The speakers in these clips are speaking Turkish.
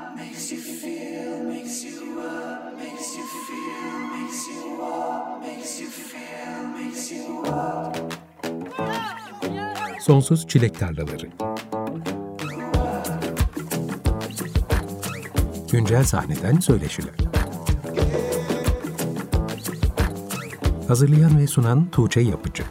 Makes you feel, makes you up, makes you feel, makes you walk, makes you feel, makes you walk. Sonsuz Çilek Tarlaları. Güncel sahneden söyleşiler. Hazırlayan ve sunan Tuğçe Yapıcı.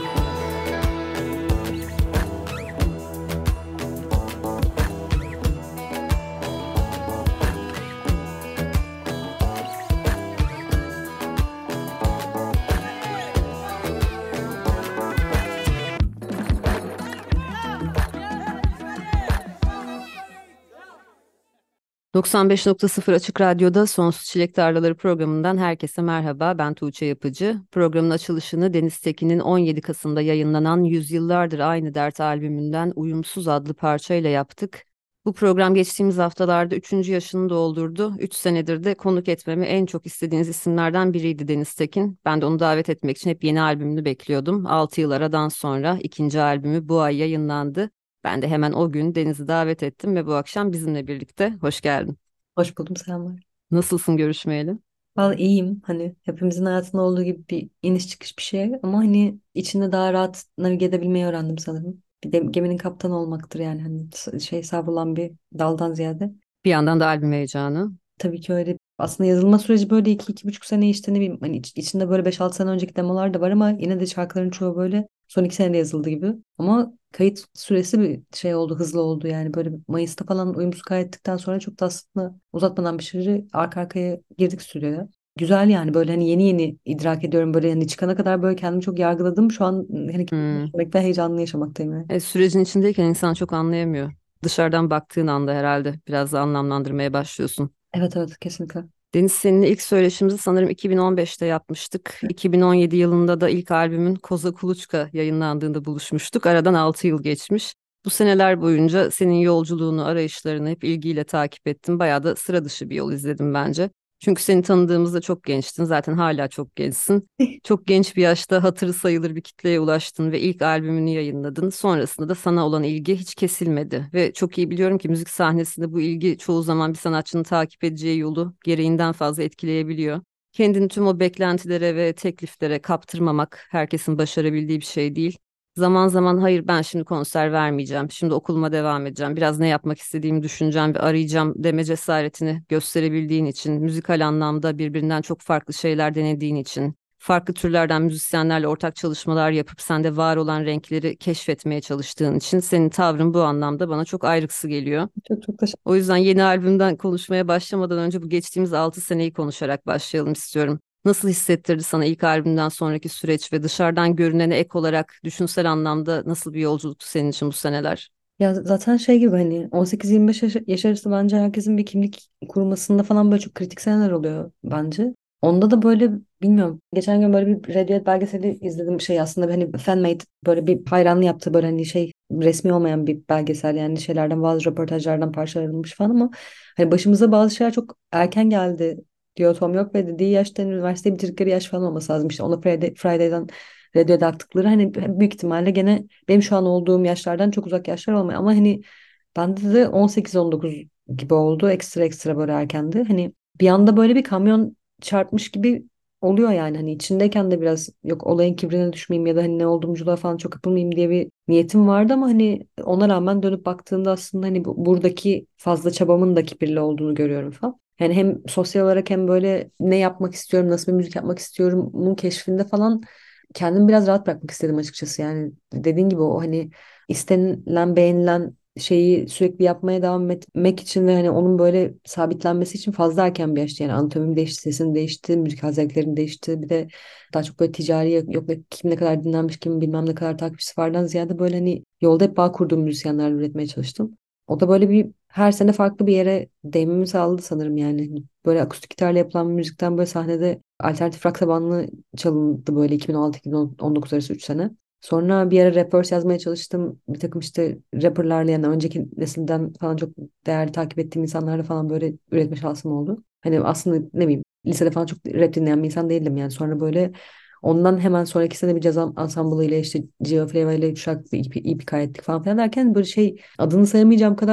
...95.0 Açık Radyo'da Sonsuz Çilek Tarlaları programından herkese merhaba. Ben Tuğçe Yapıcı. Programın açılışını Deniz Tekin'in 17 Kasım'da yayınlanan Yüzyıllardır Aynı Dert albümünden Uyumsuz adlı parçayla yaptık. Bu program geçtiğimiz haftalarda 3. yaşını doldurdu. 3 senedir de konuk etmemi en çok istediğiniz isimlerden biriydi Deniz Tekin. Ben de onu davet etmek için hep yeni albümünü bekliyordum. 6 yıl aradan sonra ikinci albümü bu ay yayınlandı. Ben de hemen o gün Deniz'i davet ettim ve bu akşam bizimle birlikte. Hoş geldin. Hoş buldum, selamlar. Nasılsın görüşmeyeli? Vallahi iyiyim. Hani hepimizin hayatında olduğu gibi bir iniş çıkış bir şey. Ama hani içinde daha rahat navige edebilmeyi öğrendim sanırım. Bir de geminin kaptanı olmaktır yani. Hani savrulan bir daldan ziyade. Bir yandan da albüm heyecanı. Tabii ki öyle. Aslında yazılma süreci böyle 2-2,5 sene işte ne bileyim. Hani içinde böyle 5-6 sene önceki demolar da var ama yine de şarkıların çoğu böyle son 2 senede yazıldı gibi. Ama kayıt süresi bir şey oldu, hızlı oldu yani. Böyle Mayıs'ta falan uyumsuz kaydettikten sonra çok da aslında uzatmadan bir şeyleri arka arkaya girdik stüdyoya. Güzel yani, böyle hani yeni yeni idrak ediyorum, böyle hani çıkana kadar böyle kendimi çok yargıladım. Şu an hani Hmm. yaşamakta heyecanlı yaşamaktayım yani. Sürecin içindeyken insan çok anlayamıyor. Dışarıdan baktığın anda herhalde biraz da anlamlandırmaya başlıyorsun. Evet, evet, kesinlikle. Deniz, seninle ilk söyleşimizi sanırım 2015'te yapmıştık. 2017 yılında da ilk albümün Koza Kuluçka yayınlandığında buluşmuştuk. Aradan 6 yıl geçmiş. Bu seneler boyunca senin yolculuğunu, arayışlarını hep ilgiyle takip ettim. Bayağı da sıra dışı bir yol izledim bence. Çünkü seni tanıdığımızda çok gençtin. Zaten hala çok gençsin. Çok genç bir yaşta hatırı sayılır bir kitleye ulaştın ve ilk albümünü yayınladın. Sonrasında da sana olan ilgi hiç kesilmedi. Ve çok iyi biliyorum ki müzik sahnesinde bu ilgi çoğu zaman bir sanatçının takip edeceği yolu gereğinden fazla etkileyebiliyor. Kendini tüm o beklentilere ve tekliflere kaptırmamak herkesin başarabildiği bir şey değil. Zaman zaman hayır, ben şimdi konser vermeyeceğim, şimdi okuluma devam edeceğim, biraz ne yapmak istediğimi düşüneceğim ve arayacağım deme cesaretini gösterebildiğin için, müzikal anlamda birbirinden çok farklı şeyler denediğin için, farklı türlerden müzisyenlerle ortak çalışmalar yapıp sende var olan renkleri keşfetmeye çalıştığın için senin tavrın bu anlamda bana çok ayrıksı geliyor. Çok çok teşekkür O yüzden yeni albümden konuşmaya başlamadan önce bu geçtiğimiz 6 seneyi konuşarak başlayalım istiyorum. Nasıl hissettirdi sana ilk albümden sonraki süreç ve dışarıdan görünene ek olarak düşünsel anlamda nasıl bir yolculuktu senin için bu seneler? Ya zaten şey gibi, hani 18-25 yaş arası bence herkesin bir kimlik kurmasında falan böyle çok kritik seneler oluyor bence. Onda da böyle, bilmiyorum. Geçen gün böyle bir Radiohead belgeseli izledim, şey aslında hani fan-made, böyle bir hayranlı yaptığı, böyle hani şey, resmi olmayan bir belgesel yani, şeylerden, bazı röportajlardan parçalar alınmış falan ama hani başımıza bazı şeyler çok erken geldi diyor Tom York ve dediği yaşta hani üniversiteyi bitirdikleri yaş falan olması lazım, işte ona Friday'den Radio'da aktıkları hani büyük ihtimalle gene benim şu an olduğum yaşlardan çok uzak yaşlar olmuyor ama hani bende de 18-19 gibi oldu, ekstra ekstra böyle erkendi. Hani bir anda böyle bir kamyon çarpmış gibi oluyor yani, hani içindeyken de biraz yok olayın kibrine düşmeyeyim ya da hani ne olduğumculuğa falan çok kapılmayayım diye bir niyetim vardı ama hani ona rağmen dönüp baktığında aslında hani buradaki fazla çabamın da kibirli olduğunu görüyorum falan. Yani hem sosyal olarak hem böyle ne yapmak istiyorum, nasıl bir müzik yapmak istiyorumun keşfinde falan kendimi biraz rahat bırakmak istedim açıkçası. Yani dediğin gibi o hani istenilen, beğenilen şeyi sürekli yapmaya devam etmek için ve hani onun böyle sabitlenmesi için fazla erken bir yaşta, yani anatomim değişti, sesim değişti, müzikal zevklerim değişti. Bir de daha çok böyle ticari, yok ve kim ne kadar dinlenmiş, kim bilmem ne kadar takipçisi vardan ziyade böyle hani yolda hep bağ kurduğum müzisyenlerle üretmeye çalıştım. O da böyle bir her sene farklı bir yere değmemi sağladı sanırım yani. Böyle akustik gitarla yapılan bir müzikten böyle sahnede alternatif rock tabanlı çalındı böyle 2016-2019 arası 3 sene. Sonra bir ara rappers yazmaya çalıştım. Bir takım işte rapperlarla, yani önceki nesilden falan çok değerli takip ettiğim insanlarla falan böyle üretme şansım oldu. Hani aslında ne bileyim, lisede falan çok rap dinleyen bir insan değildim yani. Sonra böyle ondan hemen sonraki sene bir caz ansamblı ile işte Gio Flava ile şarkı EP kaydettik falan filan derken böyle şey, adını sayamayacağım kadar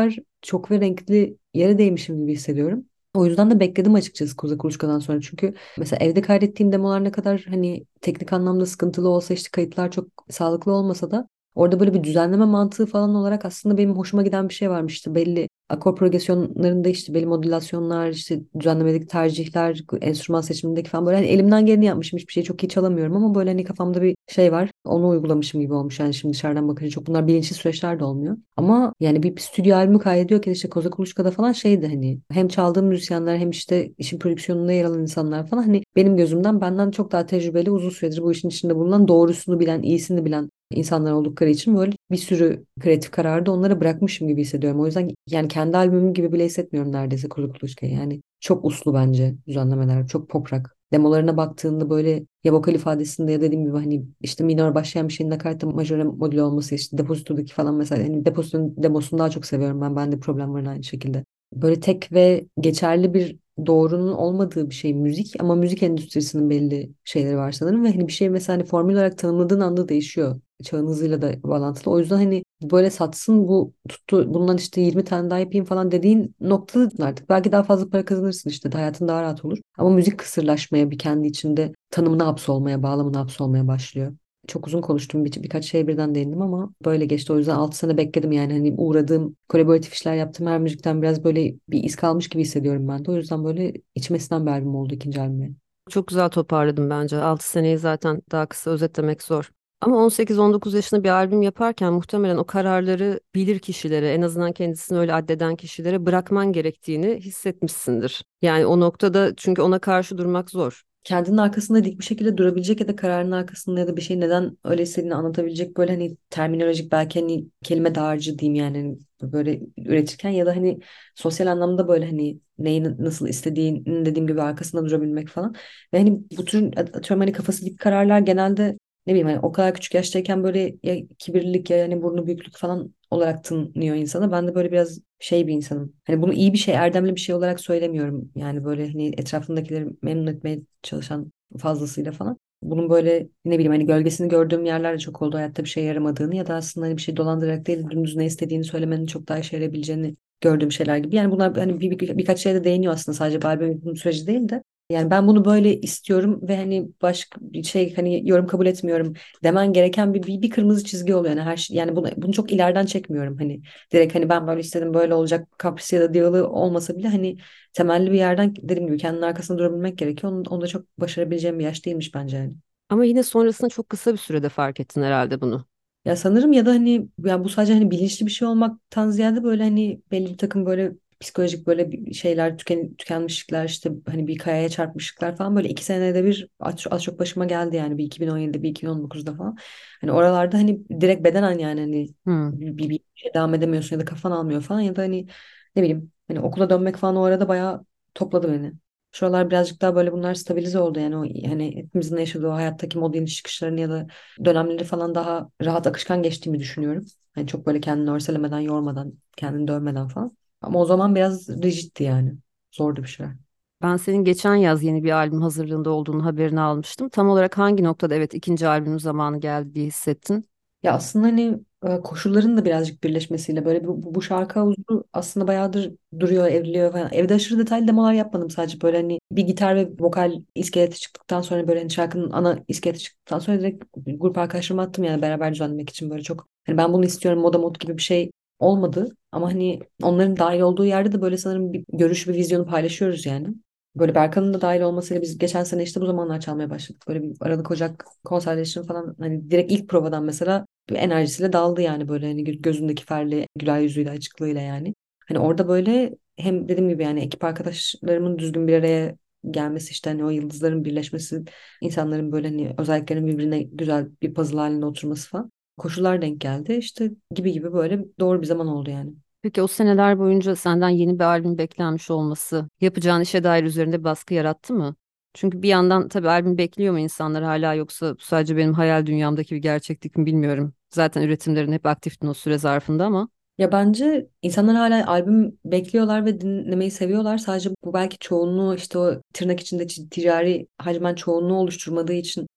çok ve renkli yere değmişim gibi hissediyorum. O yüzden de bekledim açıkçası Koza Kuluçka'dan sonra. Çünkü mesela evde kaydettiğim demolar ne kadar hani teknik anlamda sıkıntılı olsa, işte kayıtlar çok sağlıklı olmasa da orada böyle bir düzenleme mantığı falan olarak aslında benim hoşuma giden bir şey varmış. İşte belli akor progresyonlarında, işte belli modülasyonlar, işte düzenlemedeki tercihler, enstrüman seçimindeki falan, böyle hani elimden geleni yapmışım. Hiçbir şeyi çok iyi çalamıyorum ama böyle hani kafamda bir şey var. Onu uygulamışım gibi olmuş. Yani şimdi dışarıdan bakınca çok bunlar bilinçli süreçler de olmuyor. Ama yani bir stüdyo albümü kaydediyorken işte Koza Kuluçka'da falan şeydi, hani hem çaldığım müzisyenler hem işte işin prodüksiyonunda yer alan insanlar falan, hani benim gözümden benden çok daha tecrübeli, uzun süredir bu işin içinde bulunan, doğrusunu bilen, iyisini bilen insanlar oldukları için böyle bir sürü kreatif kararı da onlara bırakmışım gibi hissediyorum. O yüzden yani kendi albümüm gibi bile hissetmiyorum neredeyse Kuru Kuluçka'yı. Yani çok uslu bence düzenlemeler, çok pop rock. Demolarına baktığında böyle ya vokal ifadesinde ya dediğim gibi hani işte minor başlayan bir şeyin nakaratla majöre modüle olması, işte Deposito'daki falan mesela, hani Deposito'nun demosunu daha çok seviyorum ben. Bende problem var aynı şekilde. Böyle tek ve geçerli bir doğrunun olmadığı bir şey müzik, ama müzik endüstrisinin belli şeyleri var sanırım ve hani bir şey mesela hani formül olarak tanımladığın anda değişiyor. Çağın hızıyla da bağlantılı. O yüzden hani böyle satsın, bu tuttu, bundan işte 20 tane daha yapayım falan dediğin noktada artık belki daha fazla para kazanırsın, işte hayatın daha rahat olur. Ama müzik kısırlaşmaya, bir kendi içinde tanımına hapsolmaya, bağlamına hapsolmaya başlıyor. Çok uzun konuştum, birkaç şeye birden değindim ama böyle geçti. O yüzden 6 sene bekledim, yani hani uğradığım, kolaboratif işler yaptığım her müzikten biraz böyle bir iz kalmış gibi hissediyorum ben de. O yüzden böyle içime sinen bir albüm oldu ikinci albüm. Çok güzel toparladım bence. 6 seneyi zaten daha kısa özetlemek zor. Ama 18-19 yaşında bir albüm yaparken muhtemelen o kararları bilir kişilere, en azından kendisini öyle addeden kişilere bırakman gerektiğini hissetmişsindir. Yani o noktada, çünkü ona karşı durmak zor. Kendinin arkasında dik bir şekilde durabilecek ya da kararının arkasında ya da bir şey neden öyle istediğini anlatabilecek böyle hani terminolojik, belki hani kelime dağarcığı diyeyim yani, hani böyle üretirken ya da hani sosyal anlamda böyle hani neyi nasıl istediğini dediğim gibi arkasında durabilmek falan. Ve hani bu tür atıyorum hani kafası dik kararlar genelde ne bileyim hani o kadar küçük yaştayken böyle ya kibirlilik ya yani burnu büyüklük falan olarak tınlıyor insana. Ben de böyle biraz şey bir insanım. Hani bunu iyi bir şey, erdemli bir şey olarak söylemiyorum. Yani böyle hani etrafındakileri memnun etmeye çalışan fazlasıyla falan. Bunun böyle ne bileyim hani gölgesini gördüğüm yerler de çok oldu, hayatta bir şey yaramadığını ya da aslında hani bir şey dolandırarak değil dümdüz ne istediğini söylemenin çok daha işe yarayabileceğini gördüğüm şeyler gibi. Yani bunlar hani birkaç şeye de değiniyor aslında, sadece bir albüm yapım süreci değil de. Yani ben bunu böyle istiyorum ve hani başka bir şey, hani yorum kabul etmiyorum demen gereken bir kırmızı çizgi oluyor. Yani her şey, yani bunu çok ileriden çekmiyorum. Hani direkt hani ben böyle istedim böyle olacak kapris ya da diyaloğu olmasa bile hani temelli bir yerden dediğim gibi kendinin arkasında durabilmek gerekiyor. Onu da çok başarabileceğim bir yaş değilmiş bence yani. Ama yine sonrasında çok kısa bir sürede fark ettin herhalde bunu. Ya sanırım, ya da hani ya bu sadece hani bilinçli bir şey olmaktan ziyade böyle hani belli bir takım böyle psikolojik böyle bir şeyler, tükenmişlikler, işte hani bir kayaya çarpmışlıklar falan, böyle 2 senede bir az çok başıma geldi yani, bir 2017'de bir 2019'da falan. Hani oralarda hani direkt bedenen yani hani Hmm. bir şey devam edemiyorsun ya da kafan almıyor falan ya da hani ne bileyim hani okula dönmek falan o arada bayağı topladı beni. Şuralar birazcık daha böyle bunlar stabilize oldu yani, o hani hepimizin yaşadığı o hayattaki mod iniş çıkışlarını ya da dönemleri falan daha rahat, akışkan geçtiğimi düşünüyorum. Hani çok böyle kendini örselemeden, yormadan, kendini dövmeden falan. Ama o zaman biraz rigidti yani. Zordu bir şeyler. Ben senin geçen yaz yeni bir albüm hazırlığında olduğunu haberini almıştım. Tam olarak hangi noktada evet ikinci albümün zamanı geldi diye hissettin? Ya aslında hani koşulların da birazcık birleşmesiyle böyle bu şarkı havuzu aslında bayağıdır duruyor, evriliyor falan. Evde aşırı detaylı demolar yapmadım, sadece böyle hani bir gitar ve vokal iskeleti çıktıktan sonra, böyle hani şarkının ana iskeleti çıktıktan sonra direkt grup arkadaşlarıma attım yani, beraber düzenlemek için. Böyle çok hani ben bunu istiyorum moda mod gibi bir şey olmadı. Ama hani onların dahil olduğu yerde de böyle sanırım bir görüş, bir vizyonu paylaşıyoruz yani. Böyle Berkan'ın da dahil olmasıyla biz geçen sene işte bu zamanlar çalmaya başladık. Böyle bir Aralık Ocak konserleşim falan, hani direkt ilk provadan mesela bir enerjisiyle daldı yani, böyle hani gözündeki ferli güler yüzüyle, açıklığıyla yani. Hani orada böyle hem dediğim gibi yani ekip arkadaşlarımın düzgün bir araya gelmesi, işte hani o yıldızların birleşmesi, insanların böyle hani özelliklerinin birbirine güzel bir puzzle halinde oturması falan. Koşullar denk geldi işte, gibi gibi böyle doğru bir zaman oldu yani. Peki o seneler boyunca senden yeni bir albüm beklenmiş olması yapacağın işe dair üzerinde bir baskı yarattı mı? Çünkü bir yandan tabii albüm bekliyor mu insanlar hala, yoksa bu sadece benim hayal dünyamdaki bir gerçeklik mi bilmiyorum. Zaten üretimlerin hep aktiftin o süre zarfında ama. Ya bence insanlar hala albüm bekliyorlar ve dinlemeyi seviyorlar. Sadece bu belki çoğunluğu, işte o tırnak içinde ticari hacmen çoğunluğu oluşturmadığı için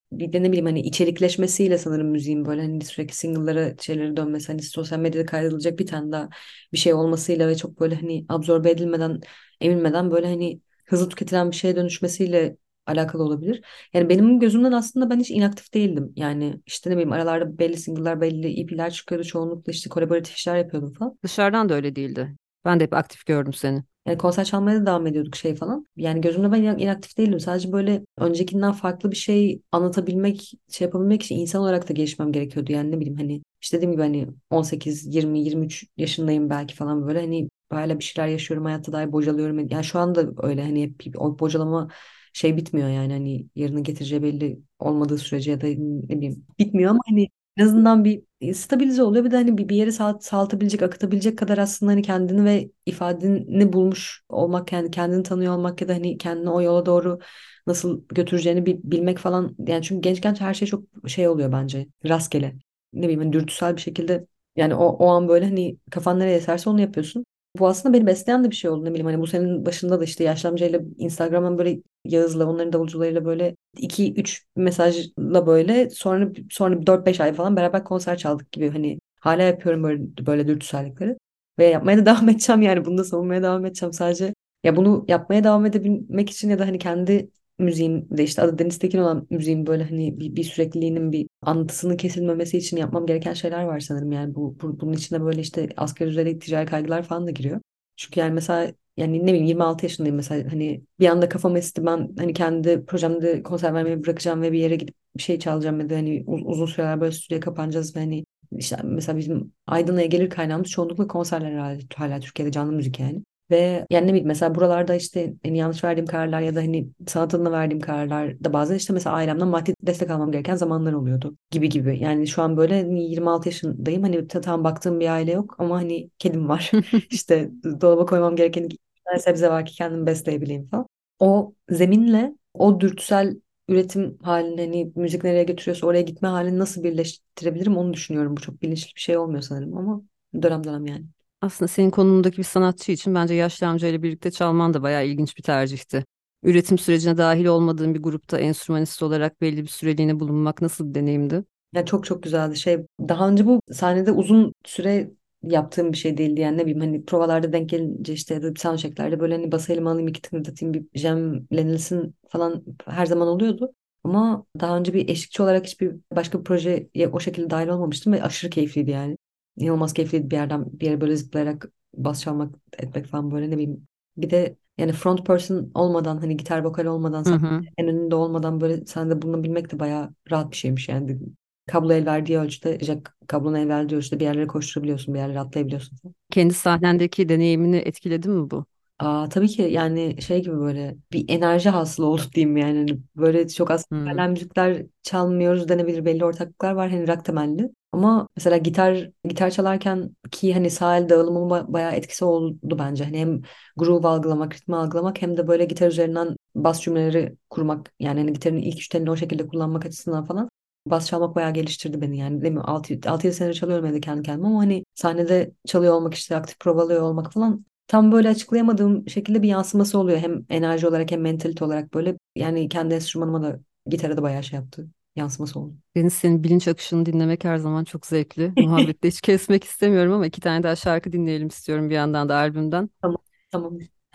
bir de ne bileyim hani içerikleşmesiyle sanırım müziğin böyle hani sürekli single'lara şeylere dönmesi, hani sosyal medyada kaydedilecek bir tane daha bir şey olmasıyla ve çok böyle hani absorbe edilmeden, emilmeden böyle hani hızlı tüketilen bir şeye dönüşmesiyle alakalı olabilir. Yani benim gözümden aslında ben hiç inaktif değildim. Yani işte ne bileyim aralarda belli single'lar, belli EP'ler çıkıyordu. Çoğunlukla işte kolaboratif işler yapıyordum falan. Dışarıdan da öyle değildi. Ben de hep aktif gördüm seni. Yani konser çalmaya da devam ediyorduk şey falan. Yani gözümde ben inaktif değildim. Sadece böyle öncekinden farklı bir şey anlatabilmek, şey yapabilmek için insan olarak da gelişmem gerekiyordu. Yani ne bileyim hani işte dediğim gibi hani 18, 20, 23 yaşındayım belki falan böyle hani hala bir şeyler yaşıyorum, hayatta dair bocalıyorum. Yani şu anda öyle hani hep o bocalama şey bitmiyor yani hani yarını getireceği belli olmadığı sürece ya da ne bileyim bitmiyor ama hani en azından bir stabilize oluyor. Bir de hani bir yere saltabilecek, akıtabilecek kadar aslında hani kendini ve ifadeni bulmuş olmak, yani kendini tanıyor olmak ya da hani kendini o yola doğru nasıl götüreceğini bilmek falan. Yani çünkü gençken her şey çok şey oluyor bence. Rastgele. Ne bileyim hani dürtüsel bir şekilde yani o an böyle hani kafan nereye eserse onu yapıyorsun. Bu aslında beni besleyen de bir şey oldu, ne bileyim hani bu senin başında da işte Yaşlı amcayla Instagram'dan böyle Yağız'la onların davulcularıyla böyle iki üç mesajla böyle sonra 4-5 ay falan beraber konser çaldık gibi, hani hala yapıyorum böyle dürtüsellikleri ve yapmaya da devam edeceğim, yani bunu da savunmaya devam edeceğim. Sadece ya bunu yapmaya devam edebilmek için ya da hani kendi müziğimde işte adı Deniz Tekin olan müziğim böyle hani bir sürekliliğinin, bir anlatısının kesilmemesi için yapmam gereken şeyler var sanırım. Yani bunun içine böyle işte asgari ücretli ticari kaygılar falan da giriyor. Çünkü yani mesela yani ne bileyim 26 yaşındayım mesela, hani bir anda kafam esti, ben hani kendi projemde konser vermeyi bırakacağım ve bir yere gidip bir şey çalacağım ya da hani uzun süreler böyle stüdyoya kapanacağız ve hani işte mesela bizim Aydın'a gelir kaynağımız çoğunlukla konserler, hala Türkiye'de canlı müzik yani. Ve yani ne bileyim mesela buralarda işte hani yanlış verdiğim kararlar ya da hani sanat adına verdiğim kararlar da bazen işte mesela ailemden maddi destek almam gereken zamanlar oluyordu gibi gibi. Yani şu an böyle hani 26 yaşındayım, hani tam baktığım bir aile yok ama hani kedim var. İşte dolaba koymam gereken iki tane sebze var ki kendim besleyebileyim falan. O zeminle o dürtüsel üretim halini, hani müzik nereye götürüyorsa oraya gitme halini nasıl birleştirebilirim onu düşünüyorum. Bu çok bilinçli bir şey olmuyor sanırım ama dönem dönem yani. Aslında senin konumundaki bir sanatçı için bence yaşlı amcayla birlikte çalman da bayağı ilginç bir tercihti. Üretim sürecine dahil olmadığın bir grupta enstrümanist olarak belli bir süreliğine bulunmak nasıl bir deneyimdi? Yani çok çok güzeldi. Şey, daha önce bu sahnede uzun süre yaptığım bir şey değildi, yani ne bileyim hani provalarda denk gelince işte ya da soundchecklerde böyle hani bas elime alayım, iki tıngırdatayım, bir jamlenilsin falan her zaman oluyordu. Ama daha önce bir eşlikçi olarak hiçbir başka bir projeye o şekilde dahil olmamıştım ve aşırı keyifliydi yani. İnanılmaz keyifliydi bir yerden bir yere böyle zıplayarak bas çalmak etmek falan, böyle ne bileyim. Bir de yani front person olmadan, hani gitar vokal olmadan, Hı sen hı. en önünde olmadan böyle sahnede bulunabilmek de bayağı rahat bir şeymiş yani. Kablo el verdiği ölçüde, jack kablonun el verdiği ölçüde bir yerlere koşturabiliyorsun, bir yerlere atlayabiliyorsun falan. Kendi sahnendeki deneyimini etkiledi mi bu? Tabii ki yani şey gibi böyle bir enerji hasılı oldu diyeyim yani. Hani böyle çok az Hı. belen müzikler çalmıyoruz denebilir, belli ortaklıklar var hani rock temelli. Ama mesela gitar çalarken ki hani sağ el dağılımı bayağı etkisi oldu bence. Hani hem groove algılamak, ritmi algılamak hem de böyle gitar üzerinden bas cümleleri kurmak. Yani hani gitarın ilk üç telini o şekilde kullanmak açısından falan bas çalmak bayağı geliştirdi beni yani. Değil mi? 6-7 senedir çalıyorum evde kendi kendime ama hani sahnede çalıyor olmak, işte aktif provalıyor olmak falan tam böyle açıklayamadığım şekilde bir yansıması oluyor. Hem enerji olarak hem mentalite olarak böyle, yani kendi enstrümanıma da, gitara da bayağı şey yaptı. Yansıması oldu. Deniz, senin bilinç akışını dinlemek her zaman çok zevkli. Muhabbette hiç kesmek istemiyorum ama iki tane daha şarkı dinleyelim istiyorum bir yandan da albümden. Tamam. Tamam.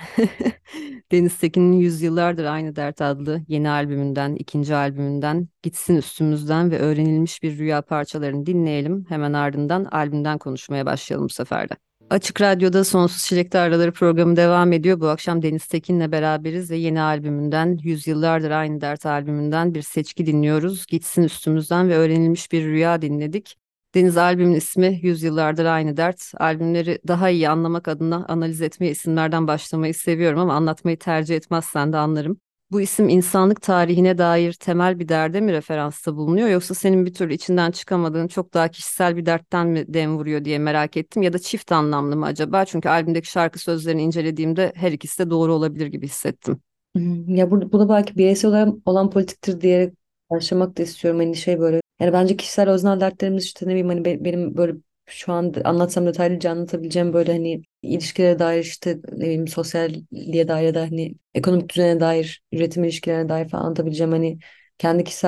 Deniz Tekin'in Yüzyıllardır Aynı Dert adlı yeni albümünden, ikinci albümünden Gitsin Üstümüzden ve Öğrenilmiş Bir Rüya parçalarını dinleyelim. Hemen ardından albümden konuşmaya başlayalım bu sefer de. Açık Radyo'da Sonsuz Çilekli Araları programı devam ediyor. Bu akşam Deniz Tekin'le beraberiz ve yeni albümünden, Yüzyıllardır Aynı Dert albümünden bir seçki dinliyoruz. Gitsin Üstümüzden ve Öğrenilmiş Bir Rüya dinledik. Deniz, albümün ismi Yüzyıllardır Aynı Dert. Albümleri daha iyi anlamak adına analiz etmeye isimlerden başlamayı seviyorum ama anlatmayı tercih etmezsen de anlarım. Bu isim insanlık tarihine dair temel bir derde mi referansta bulunuyor, yoksa senin bir türlü içinden çıkamadığın çok daha kişisel bir dertten mi dem vuruyor diye merak ettim, ya da çift anlamlı mı acaba? Çünkü albümdeki şarkı sözlerini incelediğimde her ikisi de doğru olabilir gibi hissettim. Ya bu da belki bireysel olan politiktir diyerek başlamak da istiyorum. Hani şey böyle. Yani bence kişisel öznel dertlerimiz işte ne bileyim hani benim böyle şu an anlatsam detaylıca anlatabileceğim böyle hani ilişkilere dair, işte ne bileyim sosyalliğe dair ya da hani ekonomik düzene dair, üretim ilişkilerine dair falan anlatabileceğim hani kendi kişisel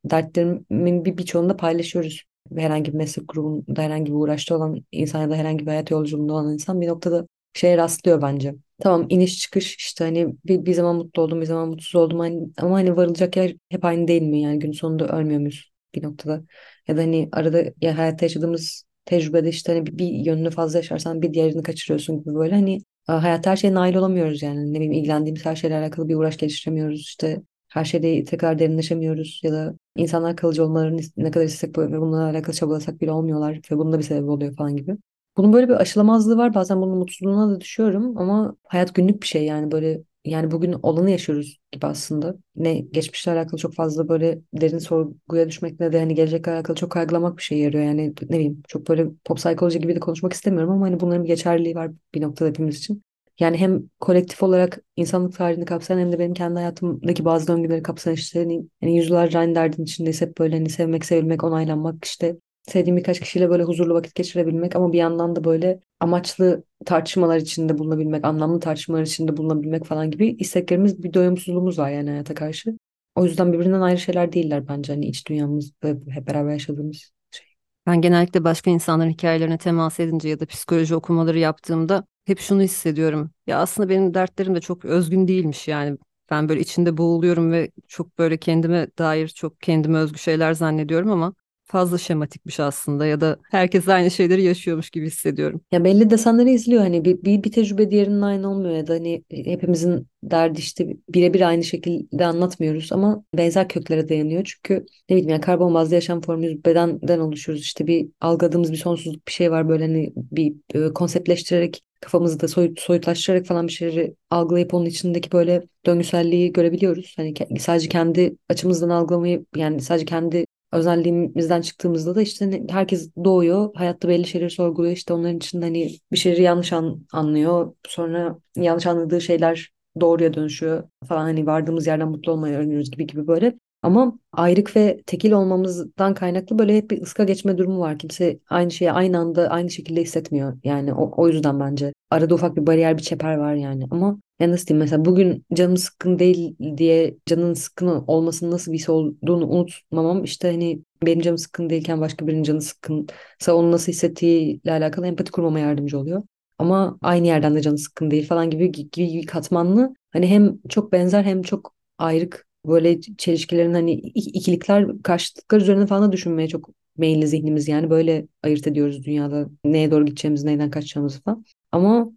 dertlerimin birçoğunu da paylaşıyoruz. Herhangi bir meslek grubunda, herhangi bir uğraşta olan insan ya da herhangi bir hayat yolculuğunda olan insan bir noktada şeye rastlıyor bence. Tamam, iniş çıkış işte, hani bir zaman mutlu oldum, bir zaman mutsuz oldum, hani, ama hani varılacak yer hep aynı değil mi? Yani gün sonunda ölmüyor muyuz bir noktada? Ya da hani arada, ya hayatta yaşadığımız tecrübede işte hani bir yönünü fazla yaşarsan bir diğerini kaçırıyorsun gibi, böyle hani hayatta her şeye nail olamıyoruz yani. Ne bileyim, ilgilendiğimiz her şeyle alakalı bir uğraş geliştiremiyoruz işte. Her şeyde tekrar derinleşemiyoruz ya da insanlar kalıcı olmalarını ne kadar istesek ve bununla alakalı çabalasak bile olmuyorlar ve bunun da bir sebebi oluyor falan gibi. Bunun böyle bir aşılamazlığı var. Bazen bunun mutsuzluğuna da düşüyorum ama hayat günlük bir şey yani, böyle yani bugün olanı yaşıyoruz gibi aslında. Ne geçmişle alakalı çok fazla böyle derin sorguya düşmek ne de hani gelecekle alakalı çok kaygılamak bir şey yarıyor. Yani ne bileyim, çok böyle pop psikoloji gibi de konuşmak istemiyorum ama hani bunların bir geçerliliği var bir noktada hepimiz için. Yani hem kolektif olarak insanlık tarihini kapsayan hem de benim kendi hayatımdaki bazı döngüleri kapsayan işte hani yüzyıllarca aynı derdin içindeyiz hep, böyle hani sevmek, sevilmek, onaylanmak, işte sevdiğim birkaç kişiyle böyle huzurlu vakit geçirebilmek ama bir yandan da böyle amaçlı tartışmalar içinde bulunabilmek, anlamlı tartışmalar içinde bulunabilmek falan gibi isteklerimiz, bir doyumsuzluğumuz var yani hayata karşı. O yüzden birbirinden ayrı şeyler değiller bence, hani iç dünyamız ve hep beraber yaşadığımız şey. Ben genellikle başka insanların hikayelerine temas edince ya da psikoloji okumaları yaptığımda hep şunu hissediyorum. Ya aslında benim dertlerim de çok özgün değilmiş yani. Ben böyle içinde boğuluyorum ve çok böyle kendime dair çok kendime özgü şeyler zannediyorum ama fazla şematikmiş aslında ya da herkes aynı şeyleri yaşıyormuş gibi hissediyorum. Ya belli desenleri izliyor, hani bir tecrübe diğerinin aynı olmuyor ya da hani hepimizin derdi işte birebir aynı şekilde anlatmıyoruz ama benzer köklere dayanıyor. Çünkü ne bileyim, yani karbon bazlı yaşam formuyuz, bedenden oluşuyoruz, işte bir algıladığımız bir sonsuzluk bir şey var, böyle hani bir konseptleştirerek kafamızda soyutlaştırarak falan bir şeyleri algılayıp onun içindeki böyle döngüselliği görebiliyoruz. Hani sadece kendi açımızdan algılamayı, yani sadece kendi özelliğimizden çıktığımızda da işte hani herkes doğuyor, hayatta belli şeyleri sorguluyor, işte onların içinde hani bir şeyleri yanlış anlıyor, sonra yanlış anladığı şeyler doğruya dönüşüyor falan, hani vardığımız yerden mutlu olmayı öğreniyoruz gibi gibi böyle. Ama ayrık ve tekil olmamızdan kaynaklı böyle hep bir ıska geçme durumu var. Kimse aynı şeyi aynı anda aynı şekilde hissetmiyor. Yani o yüzden bence arada ufak bir bariyer, bir çeper var yani. Ama ya nasıl diyeyim, mesela bugün canım sıkkın değil diye canın sıkkın olmasının nasıl bir his olduğunu unutmamam, işte hani benim canım sıkkın değilken başka birinin canı sıkkınsa onun nasıl hissettiğiyle alakalı empati kurmama yardımcı oluyor. Ama aynı yerden de canı sıkkın değil falan gibi katmanlı, hani hem çok benzer hem çok ayrık böyle çelişkilerin, hani ikilikler, karşıtlıklar üzerine falan da düşünmeye çok meyilli zihnimiz, yani böyle ayırt ediyoruz dünyada neye doğru gideceğimizi, neyden kaçacağımızı falan. Ama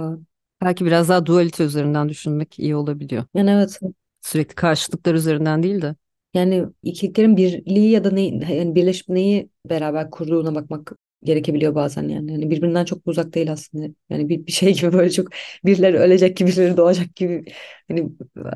Belki biraz daha dualite üzerinden düşünmek iyi olabiliyor. yani evet. Sürekli karşıtlıklar üzerinden değil de. Yani ikiliklerin birliği ya da ne, yani birleşip neyi beraber kurduğuna bakmak gerekebiliyor bazen yani. Yani birbirinden çok da uzak değil aslında. Yani bir şey gibi, böyle çok birileri ölecek gibi, birileri doğacak gibi, hani